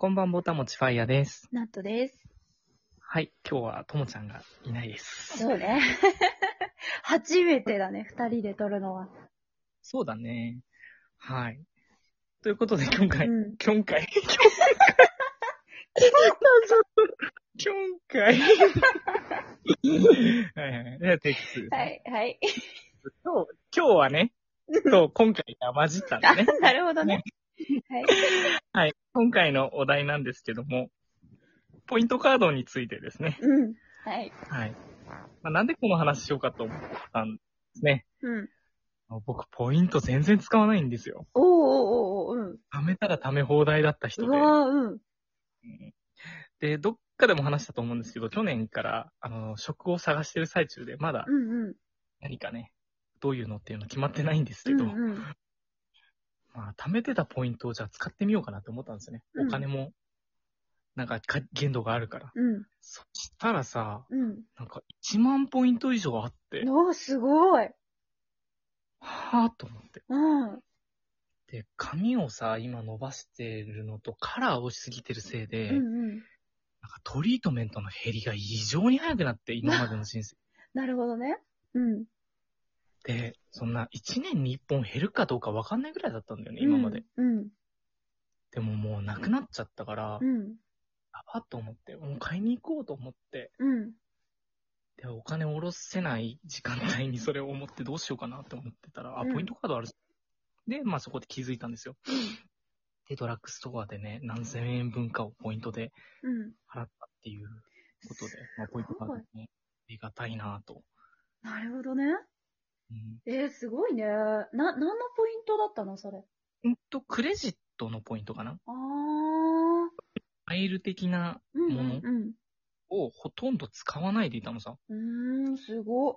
こんばんぼたもちファイヤーです。 ナットです。 はい、今日はともちゃんがいないです。 そうね。初めてだね、二人で撮るのは。 そうだね。はい。ということで今回、 うん。 今回、今回、はいはい。ではテイク2ですね。 はい、はい。 今日はね、今回が混じったんであ、 ね。 なるほどね。はい。 はい。今回のお題なんですけども、ポイントカードについてですね。 うん。はい。 はい。なんでこの話しようかと思ったんですね。 うん。 僕、ポイント全然使わないんですよ。 おーおーおーおー、うん。 貯めたら貯め放題だった人で。 うわー、うん。 うんで、どっかでも話したと思うんですけど、去年から、職を探してる最中で、まだうんうん。 何かね、どういうのっていうの決まってないんですけど、 うんうん。 貯めてたポイントをじゃあ使ってみようかなって思ったんですよね。 うん。 お金も、限度があるから。 うん。 そしたらさ、 うん。 1万ポイント以上あって、 おー、すごい。 はぁと思って。 うん。 で、髪をさ、今伸ばしてるのとカラーをしすぎてるせいうんで、 うん。 トリートメントの減りが異常に早くなって、今までの人生。 なるほどね。うん。 で、そんな1年に1本減るかどうか分かんないぐらいだったんだよね、 うん。 今まで。 うん。 でももうなくなっちゃったから、 うん。 やばっと思って、もう買いに行こうと思って、 うん。 で、お金下ろせない時間帯にそれを思ってどうしようかなって思ってたら、ポイントカードある。で、そこで気づいたんですよ。 うん。 で、ドラッグストアでね、何千円分かをポイントでうん。 払ったっていうことで、 すポイントカードごい。 ね、ありがたいなと。 なるほどね。 うん。 すごいね。何のポイントだったのそれ。 クレジットのポイントかな。 ああ。 マイル的なうんものうんをほとんど使わないでいたのさ。 うん。すごっ。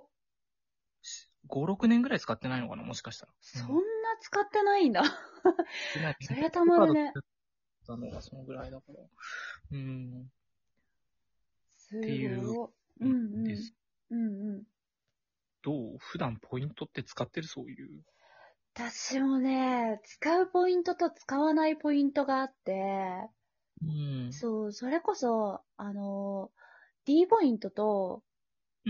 5、6年ぐらい使ってないのかな、もしかしたら。 そんな使ってないんだ。 でない。 そりゃたまるね。 カード使ったのがそのぐらいだから。うん。ってすいうごっ。うんんうん。 です。 うんうん。 どう普段ポイントって使ってるそういう。 私もね、使うポイントと使わないポイントがあって、 うん。 そう、それこそ、D ポイントと、 うん。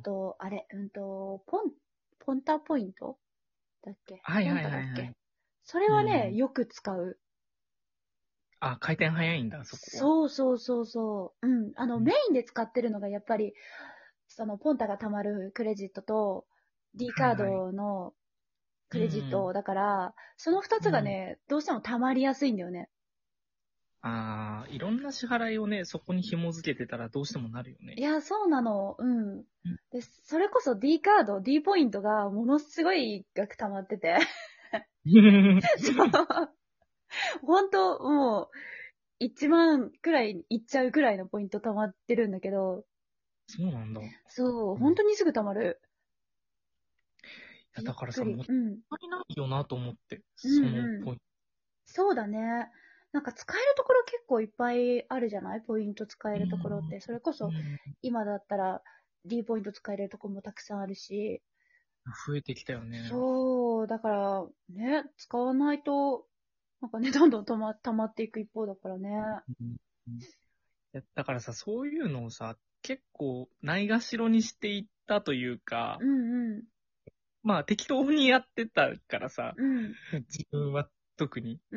あと、あれ、ポンタポイントだっけポンはいはいタだっけはいはい。 それはね、 うん。 よく使う。 回転早いんだ、そこは。 そうそうそうそう。うん。 うん。 メインで使ってるのがやっぱり、その、ポンタが貯まるクレジットと、D カーはいはい。 ドのうクレジッん。 トだから、その二つがうん。 ね、どうしても貯まりやすいんだよね。 いろんな支払いをね、そこに紐付けてたらどうしてもなるよね。 いや、そうなの。うん。 うん。 で、それこそ D カード、D ポイントがものすごい額貯まってて。そう。本当もう、1万くらいいっちゃうくらいのポイント貯まってるんだけど、 そうなんだ。うん。 そう、 い本当にすぐ貯まる。 や、 びっだからさ、 くり。 もっうん。 たいないよなと思って、 うんそのうん。 ポインそうだね。なんか使えるところ結構いっぱいあるじゃないポイント使えト。 るところって。それこそ、 うん。 今だったら D ポイント使えるところもたくさんあるし。 増えてきたよね。 そう、だからね、使わないと、なんかね、どんどん溜まっていく一方だからね。 うんうん。だからさ、そういうのをさ、結構ないがしろにしていったというか、 うんうん。 適当にやってたからさ、 うん。 自分は特に。 うん。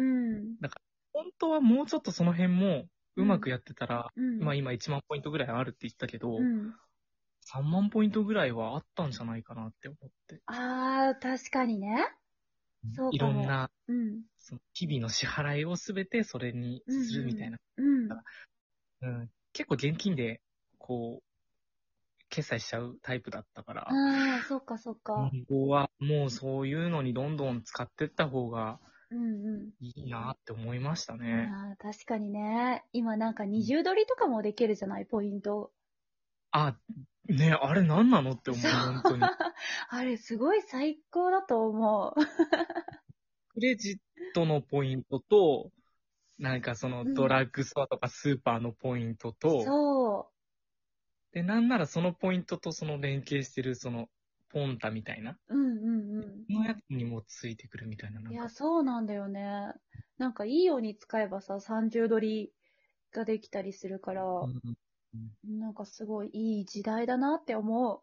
なんか、本当はもうちょっとその辺もうまうん。 くやってたら、 うん。 今1万ポイントぐらいあるって言ったけど、 うん。 3万ポイントぐらいはあったんじゃないかなって思って。 ああ、確かにね。そういかも。 ろんな、 うん。 その日々の支払いをすべてそれにうんうん。 するみたいな。 うん。 うん、結構現金で、こう、決済しちゃうタイプだったから、 ああ、そうかそうか。 今後はもうそういうのにどんどん使ってった方がうんうん。 いいなって思いましたね。 ああ、確かにね。今なんかうん。 二重取りとかもできるじゃないポイント。 あ、ね、あれ何なのって思そう。 う、本当に。 あれ、すごい最高だと思う。 クレジットのポイントと、そのドうん。 ラッグストアとかスーパーのポイントと、 そで、なんならそのポイントとその連携してるそのポンタみたいな、 う。うんうんうん。 のやつにもついてくるみたいな、 いや、そうなんだよね。なんかいいように使えばさ、30取りができたりするから、 うんなんかすごいいい時代だなって思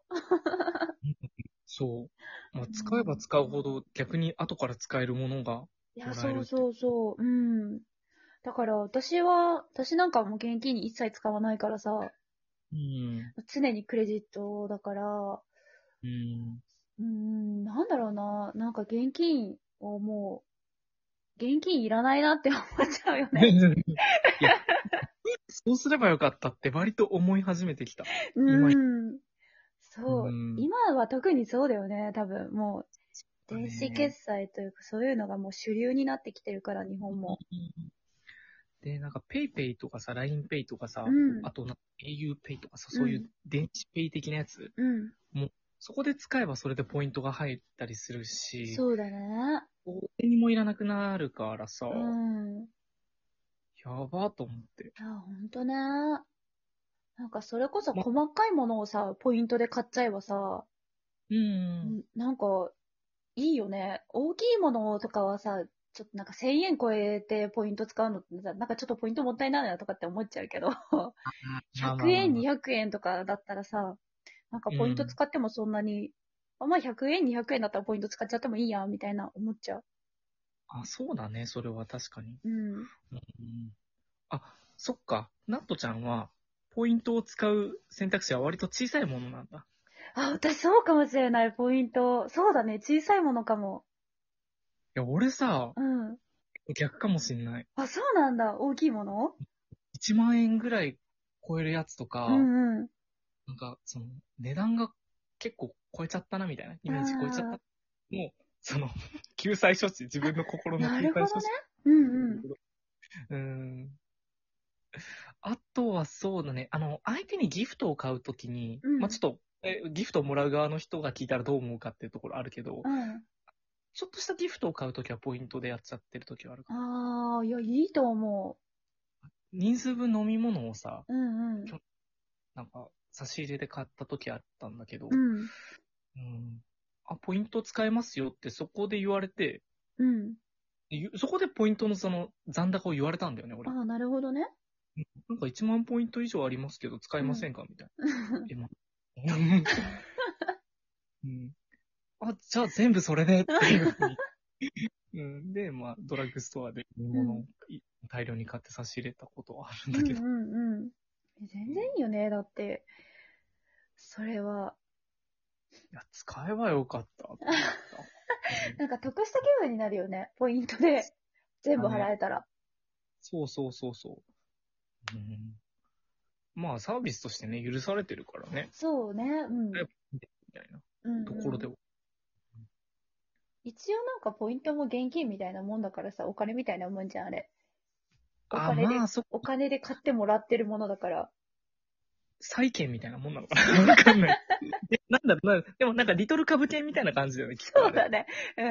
そう。まあ、 う。 使えば使うほど逆に後から使えるものがいや、 もらえるって。 そうそうそう。うん。だから私なんかもう現金一切使わないからさ、 うん。 常にクレジットだから、 うん。 なんだろうな。なんか現金をも現金いらないなって思っちゃうよね。 いや、そうすればよかったって割と思い始めてきた。 う今、 ん。そう。 うん。 今は特にそうだよね、多分。もう、 だ電子ね。 決済というか、そういうのがもう主流になってきてるから、日本も。 で、なんか、ペイペイとかさ、ラインペイとかうさ、 ん。 あとなんか、au ペイとかさ、そういううん。 電子ペイ的なやつ、 うん。 もう、そこで使えばそれでポイントが入ったりするし、 そうだね。 お手にもいらなくなるからさ、 うん。いやばと思って。 や、ほんとね。なんかそれこそま、 細かいものをさ、ポイントで買っちゃえばさ、 うん。 なんか、いいよね。大きいものとかはさ、ちょっとなんか1000円超えてポイント使うのってさ、なんかちょっとポイントもったいないなとかって思っちゃうけど、 まあま 100円、 あまあまあ。 200円とかだったらさ、なんかポイントうん。 使ってもそんなに、まあ100円、200円だったらポイント使っちゃってもいいや、みたいな思っちゃう。 あ、そうだね、それは確かに。 うん。 うん。あ、そっか。ナットちゃんは、ポイントを使う選択肢は割と小さいものなんだ。 あ、私そうかもしれない、ポイント。そうだね、小さいものかも。 いや、俺さ、 うん。 逆かもしんない。 あ、そうなんだ、大きいもの。 1万円ぐらい超えるやつとうか、 んうん。 なんか、その、値段が結構超えちゃったなみたいな、イメージ超えちゃっあた。もう、その、救済処置、自分の心あ、 のなるほどね。 救済処置。 うんうん。 うーん。あとはそうだね、相手にギフトを買うときに、 うん。 まあちょっと、ギフトをもらう側の人が聞いたらどう思うかっていうところあるけど、 うん。 ちょっとしたギフトを買うときはポイントでやっちゃってるときはあるかも。 ああ、いや、いいと思人数分飲み物をさ、 う。うんうん。 きょなんか、差し入れで買ったときあったんだけど、 うん。 うん。あ、ポイント使えますよってそこで言われて、 うん。 そこでポイントのその残高を言われたんだよね、俺。 ああ、なるほどね。 なんか1万ポイント以上ありますけど使えうん。 ませんかみたいな。え、ま、うん。あ、じゃあ全部それでっていうふうに。うん。で、まあ、ドラッグストアで飲みうん。 物を大量に買って差し入れたことはあるんうんだけど。 うんうん。全然いいよね、だって。それは。 いや、使えばよかったと思った。うん。 なんか得した気分になるよね。ポイントで全部払だね。 えたら。 そうそうそうそう。うん。まあ、サービスとしてね、許されてるからね。 そうね。うん。 みたいなうんうん。 ところでは。 一応なんかポイントも現金みたいなもんだからさ、お金みたいなもんじゃん、あれ。おあ、 金で、 まあ、そっか。 お金で買ってもらってるものだから。 債券みたいなもんなのかなわかんない。なんだろうな。でもなんか、リトル株券みたいな感じだよね、きっとあれ。 そうだね。うん。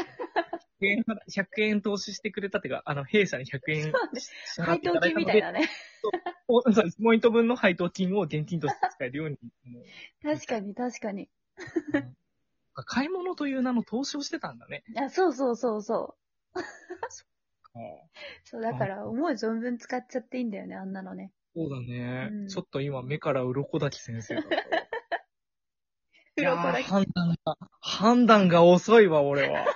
100円投資してくれたっていうか、弊社に100円そうね。 支払ってい配当金ただいたので、 みたいなね。 そうです。ポイント分の配当金を現金として使えるように、もう、みたい確かに確かに。 な。買い物という名の投資をしてたんだね。 あ、そうそうそうそう。 そっか。 そう、だかあ、 ら思う存分使っちゃっていいんだよね、あんなのね。 そうだね。ちうん。 ょっと今、目から鱗滝先生だったわ。いやー、 鱗だけ。 判断が遅いわ、俺は。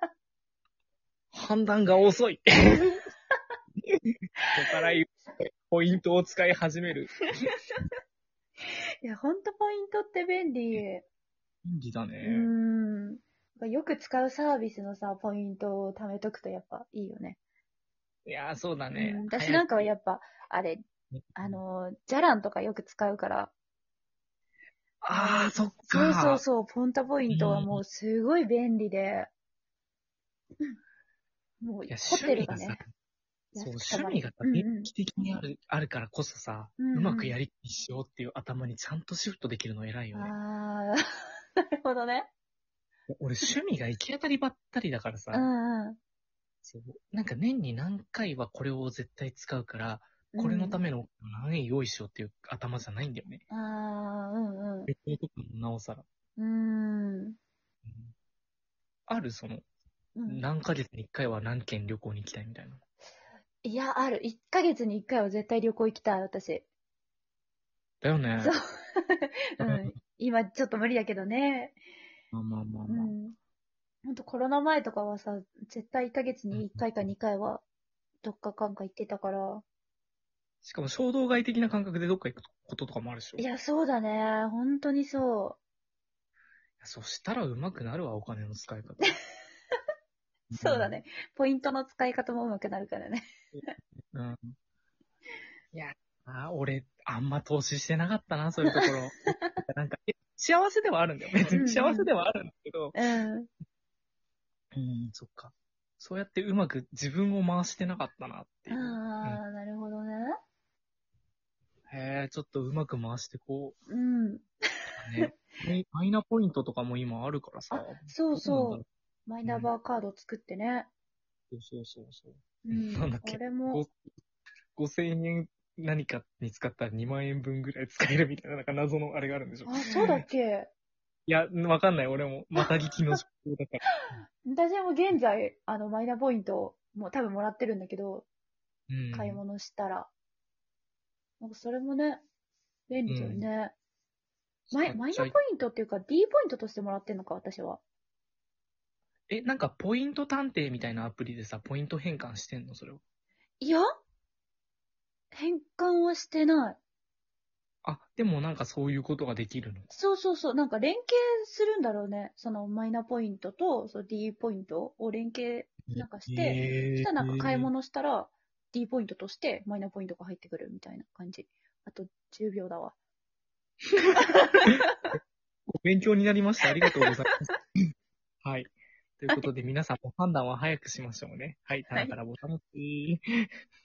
判断が遅い。ここからポイントを使い始める。 いや、ほんとポイントって便利。 便利だうーね。 ん。よく使うサービスのさ、ポイントを貯めとくとやっぱいいよね。 いやー、そうだね。 うん。私なんかは早く。 やっぱ、あれ、じゃらんとかよく使うから、もう、 あー、そっそうそうか。 そう、ポンタポイントはうん。 もうすごい便利で、もういや、 ホ趣味がさ、 テルがね、 そう、 安く泊まる。 趣味がさ、 うんうん。 定期的にあるからこそさ、うまうんうん。 くやりくりしようっていう頭にちゃんとシフトできるの偉いよね。 あー、なるほどね。 俺、趣味が行き当たりばったりだからうさ、 んうん。 そう、なんか年に何回はこれを絶対使うから、これのたうん。 めの何円用意しようっていう頭じゃないんだよね。 あー、うんうん。 旅行とかもなおさら。 うーん。 うん。あるその、 うん。 何ヶ月に一回は何件旅行に行きたいみたいな。 いや、ある。1ヶ月に1回は絶対旅行行きたい、私。 だよね。 そう。うん。今ちょっと無理だけどね。 まあまあまあまあ。 うん。ほんとコロナ前とかはさ、絶対1ヶ月に1回か2回は、どっかかんか行ってたから。 しかも衝動買い的な感覚でどっか行くこととかもあるでしょ。 いや、そうだね。本当にそそしたら上手くなるわ、お金の使い方。 う。そうだね。ポイントの使い方も上手くなるからね。 うん。うん。いや、俺、あんま投資してなかったな、そういうところ。なんか、幸せではあるんだよ。別に幸せではあるんだけど、 うん。 うん、そっか。そうやってうまく自分を回してなかったなってあいう。うん。 あ、なるほどね。 へえ、ちょっとうまく回してこうん。 うかね。マイナポイントとかも今あるからさ、 あ、そうどうなんだろそう。マイう。うん。 ナンバーカード作ってね。 そうそうそうそう。 うん。 なんだっけ。 あれも、 5000円何かに使ったら2万円分ぐらい使えるみたいな、なんか謎のあれがあるんでしょ。 あ、そうだっけ。 いや、わかんない。俺も、また聞きの情報だから。 私も現在、マイナポイント、もう多分もらってるんだけど、 うん。 買い物したら。なんかそれもね、便利だようん。 ね。 使っマイナポちゃい、 イントっていうか D ポイントとしてもらってんのか、私は。 なんかポイント探偵みたいなアプリでさ、ポイント変換してんのそれを。 いや、変換はしてない。 あ、でもなんかそういうことができるのか。 そうそうそう。なんか連携するんだろうね。そのマイナポイントとその D ポイントを連携なんかして、そしたらなんか買いええ物したら D ポイントとしてマイナポイントが入ってくるみたいな感じ。あと10秒だわ。 お勉強になりました。ありがとうございます。はい。ということで皆さんも判断は早くしましょうね。はい。 はい。 棚からボタン持ち。